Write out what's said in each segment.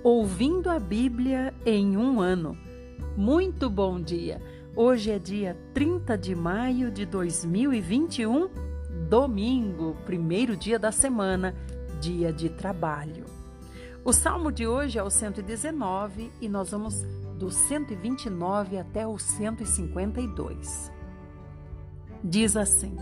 Ouvindo a Bíblia em um ano. Muito bom dia! Hoje é dia 30 de maio de 2021, domingo, primeiro dia da semana, dia de trabalho. O salmo de hoje é o 119 e nós vamos do 129 até o 152. Diz assim: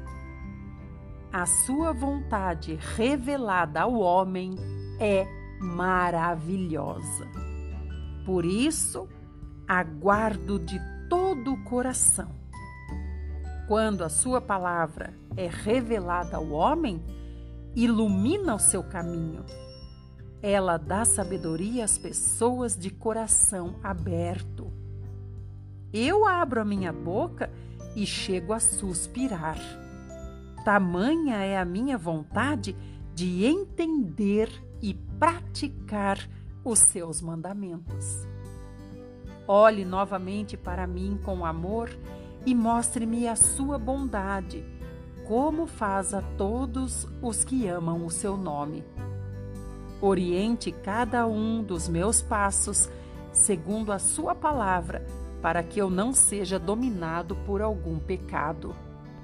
a sua vontade revelada ao homem é maravilhosa. Por isso, aguardo de todo o coração. Quando a sua palavra é revelada ao homem, ilumina o seu caminho. Ela dá sabedoria às pessoas de coração aberto. Eu abro a minha boca e chego a suspirar. Tamanha é a minha vontade de entender e praticar os seus mandamentos. Olhe novamente para mim com amor e mostre-me a sua bondade, como faz a todos os que amam o seu nome. Oriente cada um dos meus passos segundo a sua palavra, para que eu não seja dominado por algum pecado.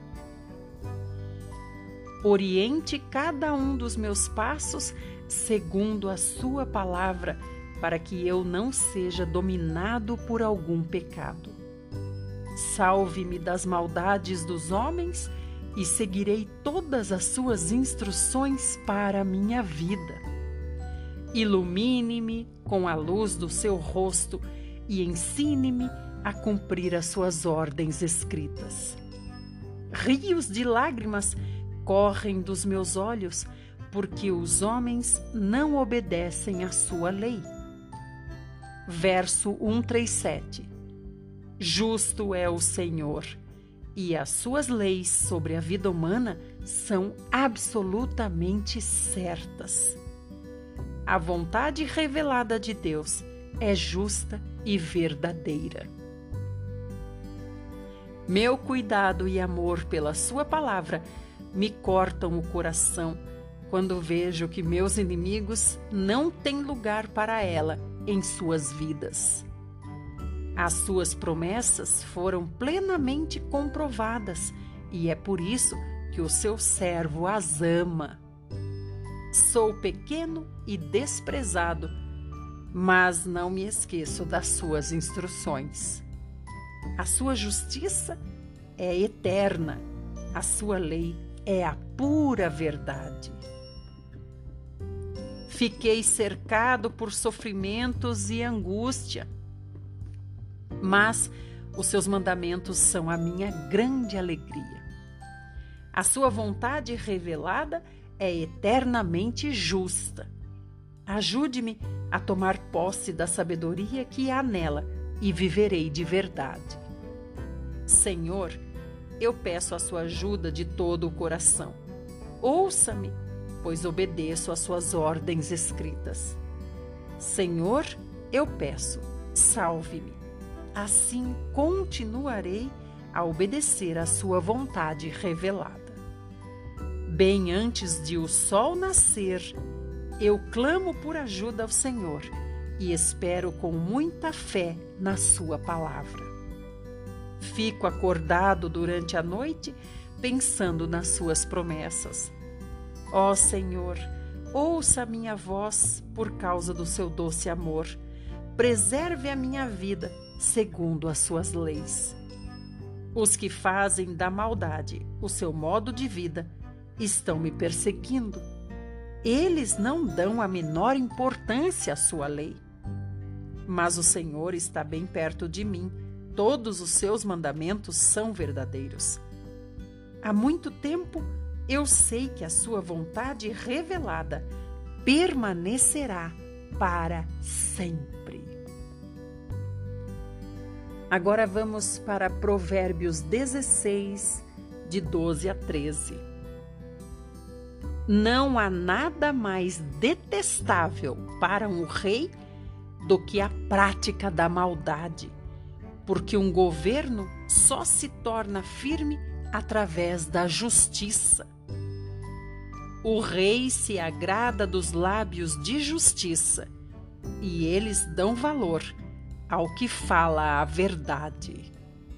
Oriente cada um dos meus passos segundo a sua palavra, para que eu não seja dominado por algum pecado. Salve-me das maldades dos homens e seguirei todas as suas instruções para a minha vida. Ilumine-me com a luz do seu rosto e ensine-me a cumprir as suas ordens escritas. Rios de lágrimas correm dos meus olhos, porque os homens não obedecem à sua lei. Verso 137. Justo é o Senhor, e as suas leis sobre a vida humana são absolutamente certas. A vontade revelada de Deus é justa e verdadeira. Meu cuidado e amor pela sua palavra me cortam o coração quando vejo que meus inimigos não têm lugar para ela em suas vidas. As suas promessas foram plenamente comprovadas e é por isso que o seu servo as ama. Sou pequeno e desprezado, mas não me esqueço das suas instruções. A sua justiça é eterna, a sua lei é a pura verdade. Fiquei cercado por sofrimentos e angústia, mas os seus mandamentos são a minha grande alegria. A sua vontade revelada é eternamente justa. Ajude-me a tomar posse da sabedoria que há nela e viverei de verdade. Senhor, eu peço a sua ajuda de todo o coração. Ouça-me, pois obedeço às suas ordens escritas. Senhor, eu peço, salve-me. Assim continuarei a obedecer à sua vontade revelada. Bem antes de o sol nascer, eu clamo por ajuda ao Senhor e espero com muita fé na sua palavra. Fico acordado durante a noite, pensando nas suas promessas. Ó Senhor, ouça a minha voz por causa do seu doce amor. Preserve a minha vida segundo as suas leis. Os que fazem da maldade o seu modo de vida estão me perseguindo. Eles não dão a menor importância à sua lei. Mas o Senhor está bem perto de mim. Todos os seus mandamentos são verdadeiros. Há muito tempo eu sei que a sua vontade revelada permanecerá para sempre. Agora vamos para Provérbios 16, de 12 a 13. Não há nada mais detestável para um rei do que a prática da maldade, porque um governo só se torna firme através da justiça. O rei se agrada dos lábios de justiça e eles dão valor ao que fala a verdade.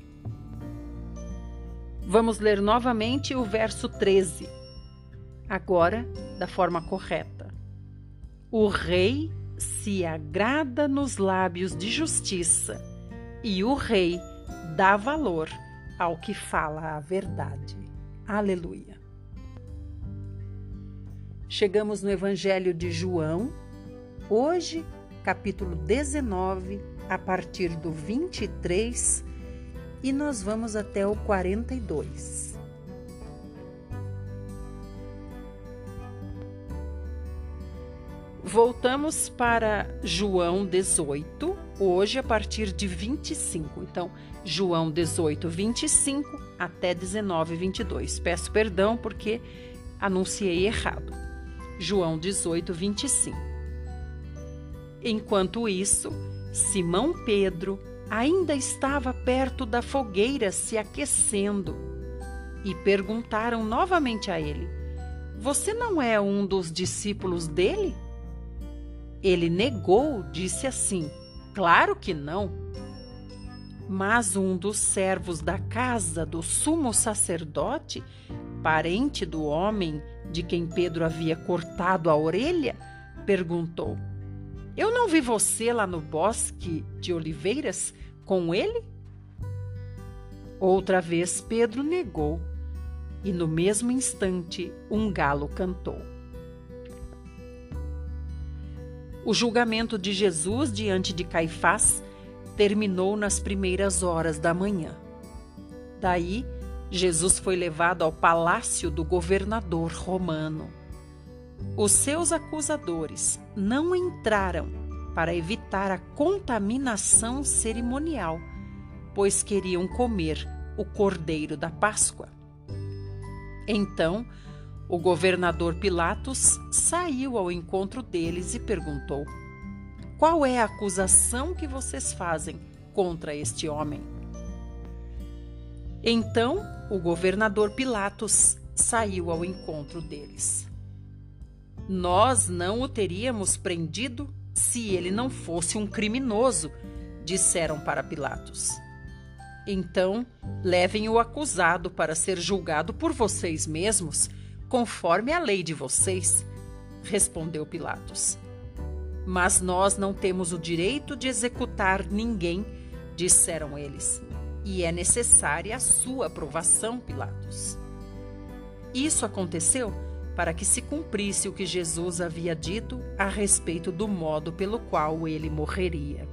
Vamos ler novamente o verso 13, agora da forma correta. O rei se agrada nos lábios de justiça, e o rei dá valor ao que fala a verdade. Aleluia. Chegamos no Evangelho de João, hoje, capítulo 19, a partir do 23, e nós vamos até o 42. Voltamos para João 18, hoje a partir de 25. Então, João 18, 25 até 19, 22. Peço perdão porque anunciei errado. João 18, 25. Enquanto isso, Simão Pedro ainda estava perto da fogueira se aquecendo e perguntaram novamente a ele: Você não é um dos discípulos dele? Ele negou, disse assim: Claro que não. Mas um dos servos da casa do sumo sacerdote, parente do homem de quem Pedro havia cortado a orelha, perguntou: Eu não vi você lá no bosque de oliveiras com ele? Outra vez Pedro negou, e no mesmo instante um galo cantou. O julgamento de Jesus diante de Caifás terminou nas primeiras horas da manhã. Daí, Jesus foi levado ao palácio do governador romano. Os seus acusadores não entraram para evitar a contaminação cerimonial, pois queriam comer o cordeiro da Páscoa. Então, o governador Pilatos saiu ao encontro deles e perguntou: Qual é a acusação que vocês fazem contra este homem? Então, o governador Pilatos saiu ao encontro deles. Nós não o teríamos prendido se ele não fosse um criminoso, disseram para Pilatos. Então, levem o acusado para ser julgado por vocês mesmos, conforme a lei de vocês, respondeu Pilatos. Mas nós não temos o direito de executar ninguém, disseram eles, e é necessária a sua aprovação, Pilatos. Isso aconteceu para que se cumprisse o que Jesus havia dito a respeito do modo pelo qual ele morreria.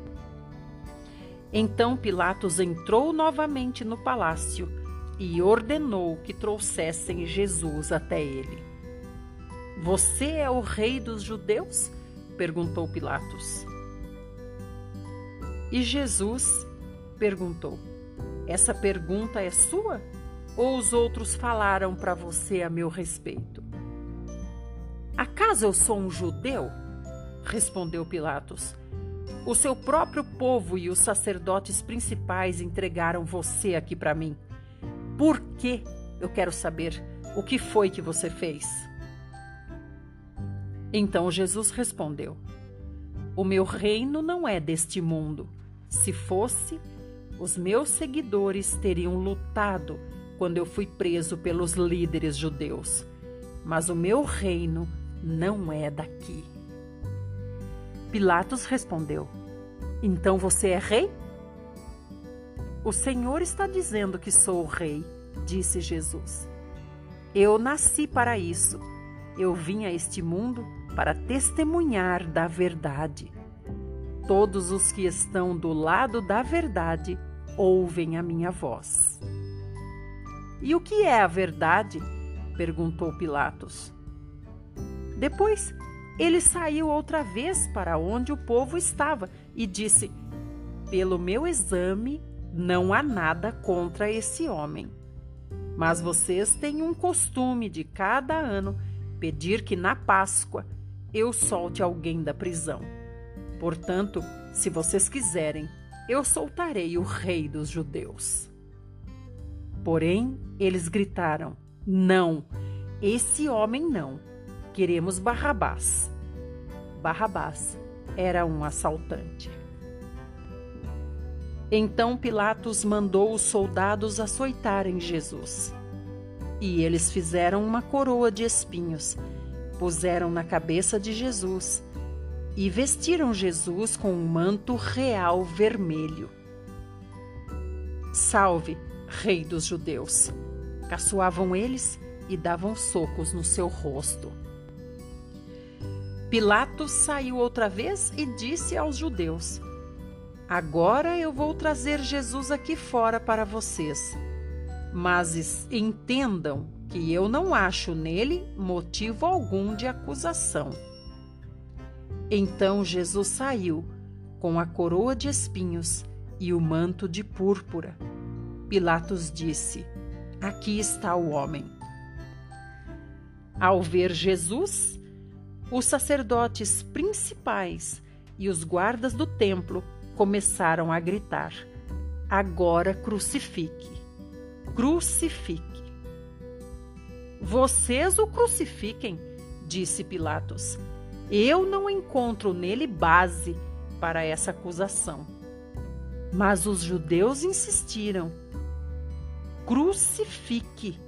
Então Pilatos entrou novamente no palácio e ordenou que trouxessem Jesus até ele. Você é o rei dos judeus? Perguntou Pilatos. E Jesus perguntou: Essa pergunta é sua? Ou os outros falaram para você a meu respeito? Acaso eu sou um judeu? Respondeu Pilatos. O seu próprio povo e os sacerdotes principais entregaram você aqui para mim. Por quê? Eu quero saber o que foi que você fez. Então Jesus respondeu: O meu reino não é deste mundo. Se fosse, os meus seguidores teriam lutado quando eu fui preso pelos líderes judeus. Mas o meu reino não é daqui. Pilatos respondeu: Então você é rei? O Senhor está dizendo que sou o rei, disse Jesus. Eu nasci para isso. Eu vim a este mundo para testemunhar da verdade. Todos os que estão do lado da verdade ouvem a minha voz. E o que é a verdade? Perguntou Pilatos. Depois, ele saiu outra vez para onde o povo estava e disse: Pelo meu exame, não há nada contra esse homem. Mas vocês têm um costume de cada ano pedir que na Páscoa eu solte alguém da prisão. Portanto, se vocês quiserem, eu soltarei o rei dos judeus. Porém, eles gritaram: Não, esse homem não. Queremos Barrabás. Barrabás era um assaltante. Então Pilatos mandou os soldados açoitarem Jesus. E eles fizeram uma coroa de espinhos, puseram na cabeça de Jesus e vestiram Jesus com um manto real vermelho. Salve, Rei dos Judeus! Caçoavam eles e davam socos no seu rosto. Pilatos saiu outra vez e disse aos judeus: Agora eu vou trazer Jesus aqui fora para vocês, mas entendam que eu não acho nele motivo algum de acusação. Então Jesus saiu com a coroa de espinhos e o manto de púrpura. Pilatos disse: Aqui está o homem. Ao ver Jesus, os sacerdotes principais e os guardas do templo começaram a gritar: Agora crucifique! Crucifique! Vocês o crucifiquem, disse Pilatos. Eu não encontro nele base para essa acusação. Mas os judeus insistiram: Crucifique!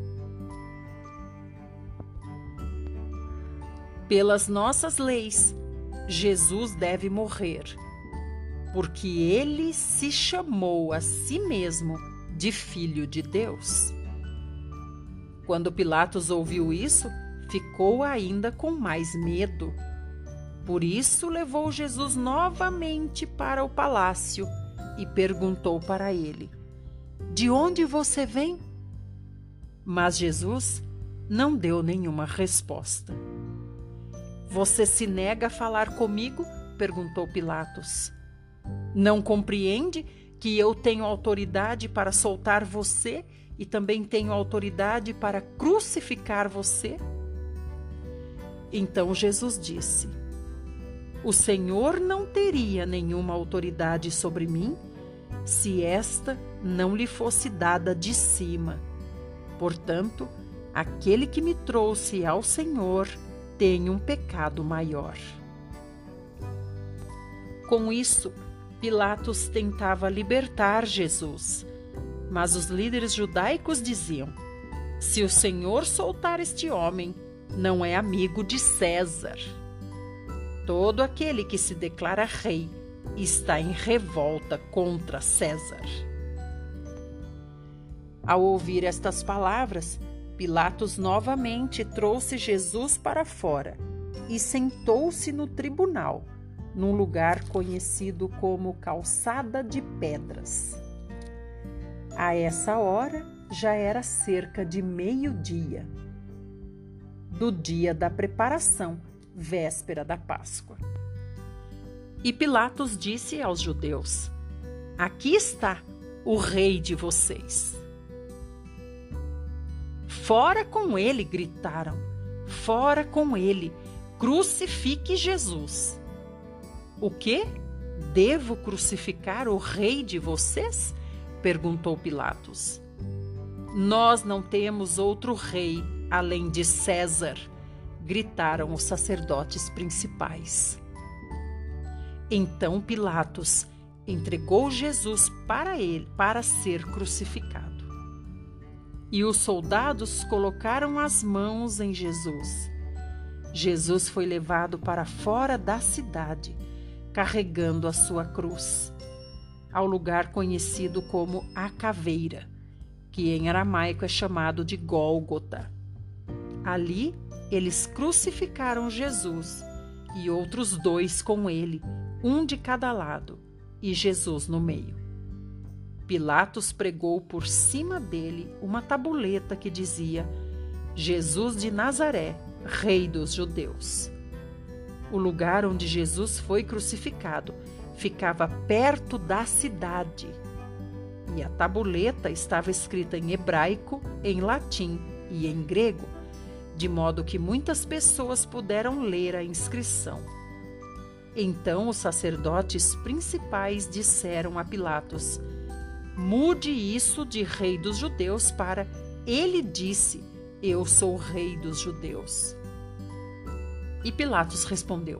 Pelas nossas leis, Jesus deve morrer, porque ele se chamou a si mesmo de Filho de Deus. Quando Pilatos ouviu isso, ficou ainda com mais medo. Por isso levou Jesus novamente para o palácio e perguntou para ele: De onde você vem? Mas Jesus não deu nenhuma resposta. Você se nega a falar comigo? Perguntou Pilatos. Não compreende que eu tenho autoridade para soltar você e também tenho autoridade para crucificar você? Então Jesus disse: O Senhor não teria nenhuma autoridade sobre mim se esta não lhe fosse dada de cima. Portanto, aquele que me trouxe ao Senhor tem um pecado maior. Com isso, Pilatos tentava libertar Jesus, mas os líderes judaicos diziam: Se o Senhor soltar este homem, não é amigo de César. Todo aquele que se declara rei está em revolta contra César. Ao ouvir estas palavras, Pilatos novamente trouxe Jesus para fora e sentou-se no tribunal, num lugar conhecido como Calçada de Pedras. A essa hora já era cerca de meio-dia, do dia da preparação, véspera da Páscoa. E Pilatos disse aos judeus: Aqui está o rei de vocês. Fora com ele, gritaram. Fora com ele, crucifique Jesus. O quê? Devo crucificar o rei de vocês? Perguntou Pilatos. Nós não temos outro rei além de César, gritaram os sacerdotes principais. Então Pilatos entregou Jesus para ele para ser crucificado. E os soldados colocaram as mãos em Jesus. Jesus foi levado para fora da cidade, carregando a sua cruz, ao lugar conhecido como a Caveira, que em aramaico é chamado de Gólgota. Ali, eles crucificaram Jesus e outros 2 com ele, um de cada lado, e Jesus no meio. Pilatos pregou por cima dele uma tabuleta que dizia: Jesus de Nazaré, Rei dos Judeus. O lugar onde Jesus foi crucificado ficava perto da cidade, e a tabuleta estava escrita em hebraico, em latim e em grego, de modo que muitas pessoas puderam ler a inscrição. Então os sacerdotes principais disseram a Pilatos: Mude isso de Rei dos Judeus para Ele disse, eu sou o Rei dos Judeus. E Pilatos respondeu: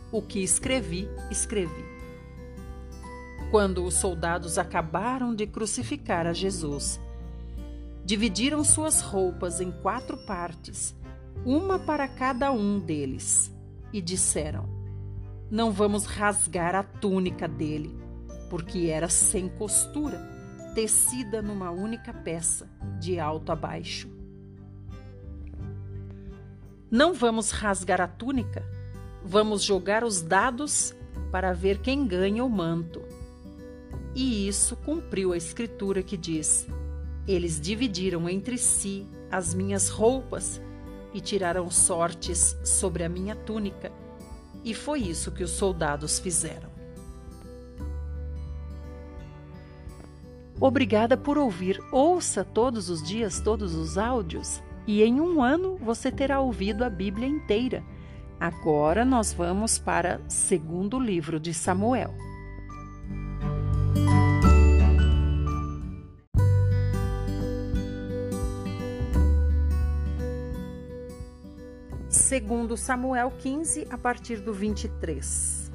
o que escrevi, escrevi. Quando os soldados acabaram de crucificar a Jesus, dividiram suas roupas em 4 partes, uma para cada um deles, e disseram: não vamos rasgar a túnica dele, porque era sem costura, tecida numa única peça, de alto a baixo. Não vamos rasgar a túnica, vamos jogar os dados para ver quem ganha o manto. E isso cumpriu a escritura que diz: eles dividiram entre si as minhas roupas e tiraram sortes sobre a minha túnica. E foi isso que os soldados fizeram. Obrigada por ouvir. Ouça todos os dias todos os áudios e em um ano você terá ouvido a Bíblia inteira. Agora nós vamos para o 2º livro de Samuel. Segundo Samuel 15, a partir do 23.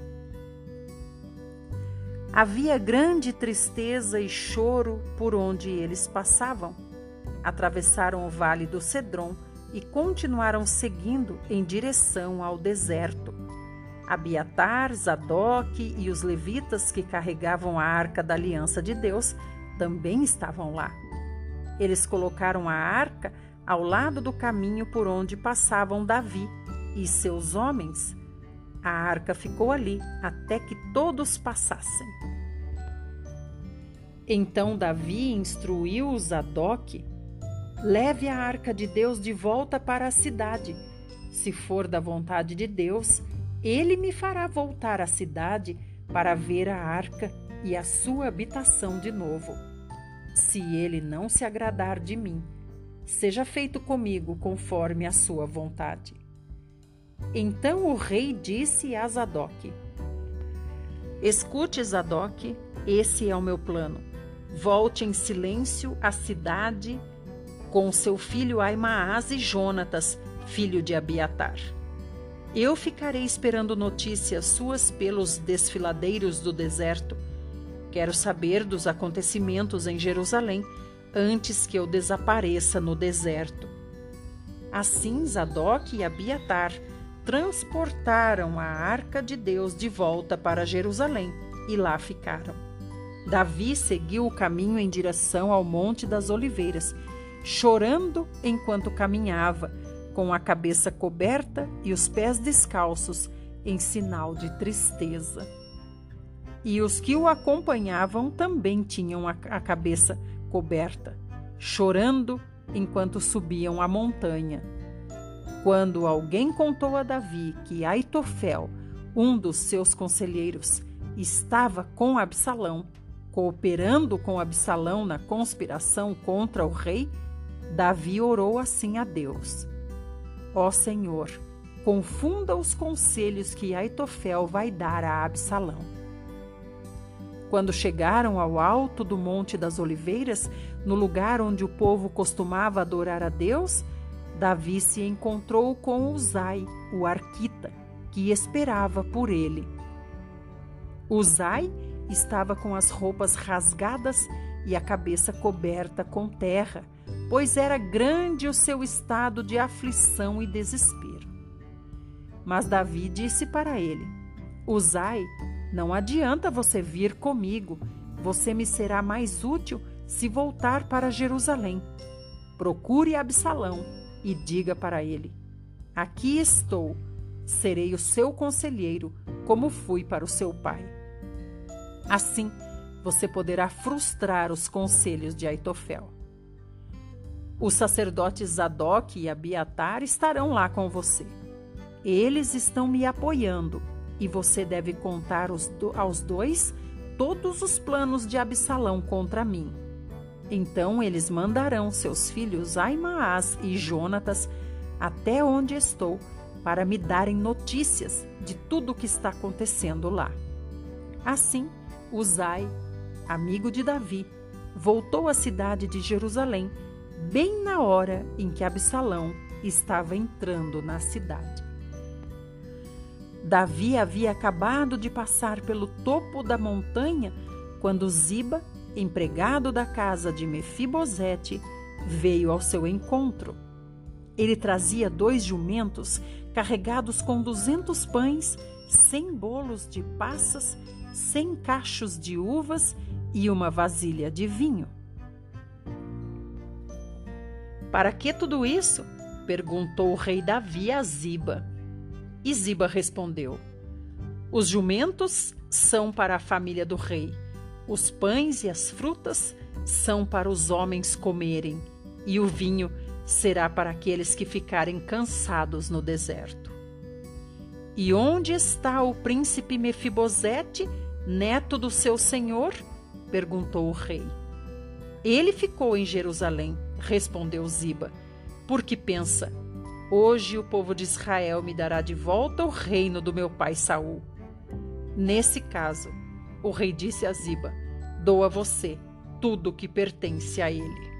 Havia grande tristeza e choro por onde eles passavam. Atravessaram o vale do Cedron e continuaram seguindo em direção ao deserto. Abiatar, Zadoque e os levitas que carregavam a arca da aliança de Deus também estavam lá. Eles colocaram a arca ao lado do caminho por onde passavam Davi e seus homens. A arca ficou ali até que todos passassem. Então Davi instruiu Zadoque: leve a arca de Deus de volta para a cidade. Se for da vontade de Deus, ele me fará voltar à cidade para ver a arca e a sua habitação de novo. Se ele não se agradar de mim, seja feito comigo conforme a sua vontade. Então o rei disse a Zadoque: escute, Zadoque, esse é o meu plano. Volte em silêncio à cidade com seu filho Aimaas e Jonatas, filho de Abiatar. Eu ficarei esperando notícias suas pelos desfiladeiros do deserto. Quero saber dos acontecimentos em Jerusalém antes que eu desapareça no deserto. Assim Zadoque e Abiatar transportaram a arca de Deus de volta para Jerusalém e lá ficaram. Davi seguiu o caminho em direção ao Monte das Oliveiras, chorando enquanto caminhava, com a cabeça coberta e os pés descalços, em sinal de tristeza. E os que o acompanhavam também tinham a cabeça coberta, chorando enquanto subiam a montanha. Quando alguém contou a Davi que Aitofel, um dos seus conselheiros, estava com Absalão, cooperando com Absalão na conspiração contra o rei, Davi orou assim a Deus: ó Senhor, confunda os conselhos que Aitofel vai dar a Absalão. Quando chegaram ao alto do Monte das Oliveiras, no lugar onde o povo costumava adorar a Deus, Davi se encontrou com Uzai, o arquita, que esperava por ele. Uzai estava com as roupas rasgadas e a cabeça coberta com terra, pois era grande o seu estado de aflição e desespero. Mas Davi disse para ele: Uzai, não adianta você vir comigo, você me será mais útil se voltar para Jerusalém. Procure Absalão e diga para ele: aqui estou, serei o seu conselheiro, como fui para o seu pai. Assim, você poderá frustrar os conselhos de Aitofel. Os sacerdotes Zadoque e Abiatar estarão lá com você. Eles estão me apoiando e você deve contar aos dois todos os planos de Absalão contra mim. Então eles mandarão seus filhos Aimaas e Jonatas até onde estou para me darem notícias de tudo o que está acontecendo lá. Assim, Uzai, amigo de Davi, voltou à cidade de Jerusalém bem na hora em que Absalão estava entrando na cidade. Davi havia acabado de passar pelo topo da montanha quando Ziba, empregado da casa de Mefibosete, veio ao seu encontro. Ele trazia 2 jumentos carregados com 200 pães, 100 bolos de passas, 100 cachos de uvas e uma vasilha de vinho. Para que tudo isso? Perguntou o rei Davi a Ziba. E Ziba respondeu: os jumentos são para a família do rei, os pães e as frutas são para os homens comerem, e o vinho será para aqueles que ficarem cansados no deserto. E onde está o príncipe Mefibosete, neto do seu senhor? Perguntou o rei. Ele ficou em Jerusalém, respondeu Ziba, porque pensa: hoje o povo de Israel me dará de volta o reino do meu pai Saul. Nesse caso, o rei disse a Ziba: dou a você tudo o que pertence a ele.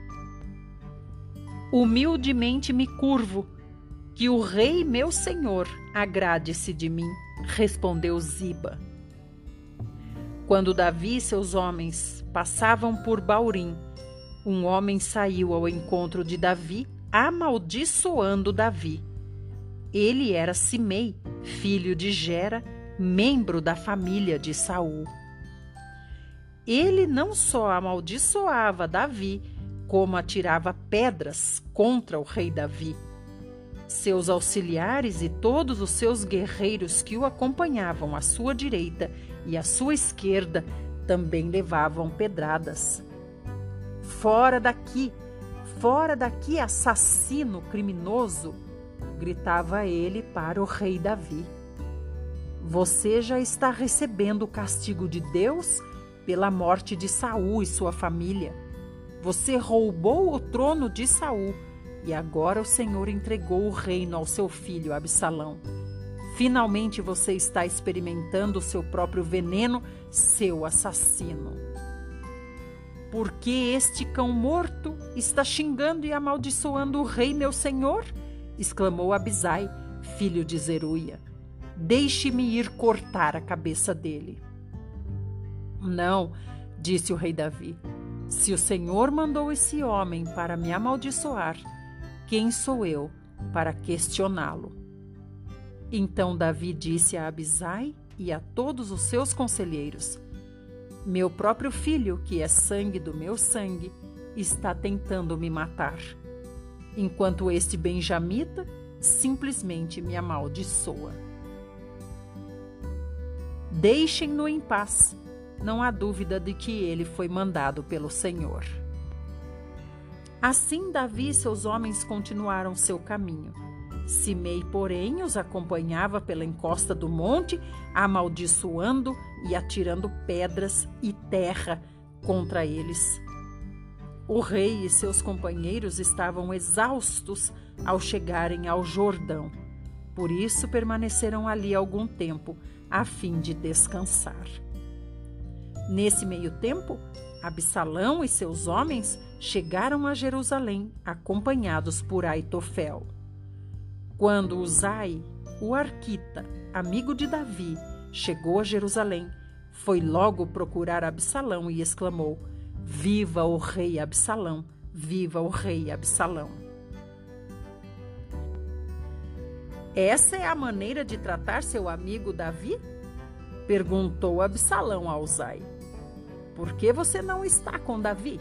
Humildemente me curvo, que o rei meu senhor agrade-se de mim, respondeu Ziba. Quando Davi e seus homens passavam por Baurim, um homem saiu ao encontro de Davi, amaldiçoando Davi. Ele era Simei, filho de Gera, membro da família de Saul. Ele não só amaldiçoava Davi, como atirava pedras contra o rei Davi. Seus auxiliares e todos os seus guerreiros que o acompanhavam à sua direita e à sua esquerda também levavam pedradas. Fora daqui, assassino criminoso! Gritava ele para o rei Davi. Você já está recebendo o castigo de Deus pela morte de Saul e sua família. Você roubou o trono de Saul e agora o Senhor entregou o reino ao seu filho Absalão. Finalmente você está experimentando o seu próprio veneno, seu assassino. Por que este cão morto está xingando e amaldiçoando o rei meu senhor? Exclamou Abisai, filho de Zeruia. Deixe-me ir cortar a cabeça dele. Não, disse o rei Davi. Se o Senhor mandou esse homem para me amaldiçoar, quem sou eu para questioná-lo? Então Davi disse a Abisai e a todos os seus conselheiros: meu próprio filho, que é sangue do meu sangue, está tentando me matar, enquanto este benjamita simplesmente me amaldiçoa. Deixem-no em paz. Não há dúvida de que ele foi mandado pelo Senhor. Assim Davi e seus homens continuaram seu caminho. Simei, porém, os acompanhava pela encosta do monte, amaldiçoando e atirando pedras e terra contra eles. O rei e seus companheiros estavam exaustos ao chegarem ao Jordão. Por isso permaneceram ali algum tempo, a fim de descansar. Nesse meio tempo, Absalão e seus homens chegaram a Jerusalém, acompanhados por Aitofel. Quando Uzai, o arquita, amigo de Davi, chegou a Jerusalém, foi logo procurar Absalão e exclamou: viva o rei Absalão! Viva o rei Absalão! Essa é a maneira de tratar seu amigo Davi? Perguntou Absalão a Uzai. Por que você não está com Davi?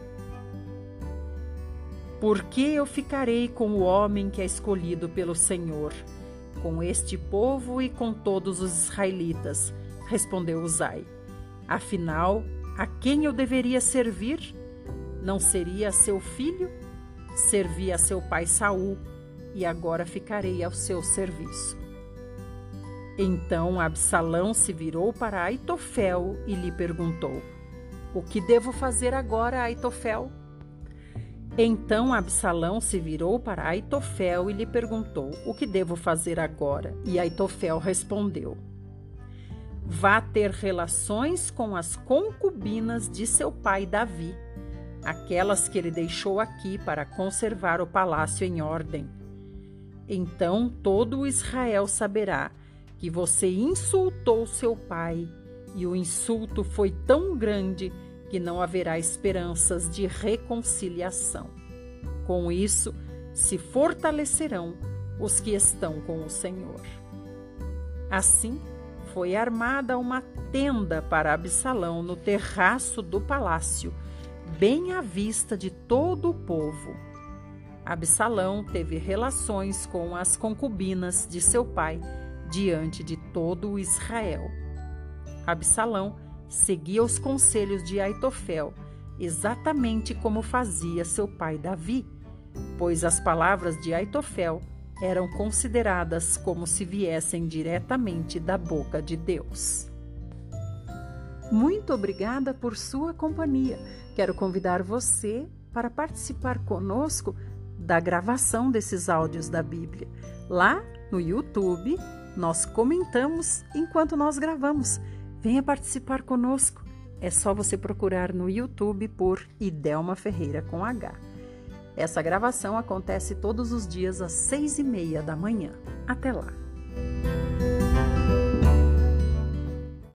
Porque eu ficarei com o homem que é escolhido pelo Senhor, com este povo e com todos os israelitas, respondeu Uzai. Afinal, a quem eu deveria servir? Não seria a seu filho? Servi a seu pai Saul, e agora ficarei ao seu serviço. Então Absalão se virou para Aitofel e lhe perguntou: o que devo fazer agora, Aitofel? Então Absalão se virou para Aitofel e lhe perguntou: o que devo fazer agora? E Aitofel respondeu: vá ter relações com as concubinas de seu pai Davi, aquelas que ele deixou aqui para conservar o palácio em ordem. Então todo o Israel saberá que você insultou seu pai e o insulto foi tão grande que não haverá esperanças de reconciliação. Com isso, se fortalecerão os que estão com o Senhor. Assim, foi armada uma tenda para Absalão no terraço do palácio, bem à vista de todo o povo. Absalão teve relações com as concubinas de seu pai diante de todo o Israel. Absalão seguia os conselhos de Aitofel, exatamente como fazia seu pai Davi, pois as palavras de Aitofel eram consideradas como se viessem diretamente da boca de Deus. Muito obrigada por sua companhia. Quero convidar você para participar conosco da gravação desses áudios da Bíblia. Lá no YouTube, nós comentamos enquanto nós gravamos. Venha participar conosco. É só você procurar no YouTube por Idelma Ferreira com H. Essa gravação acontece todos os dias às 6:30 da manhã. Até lá!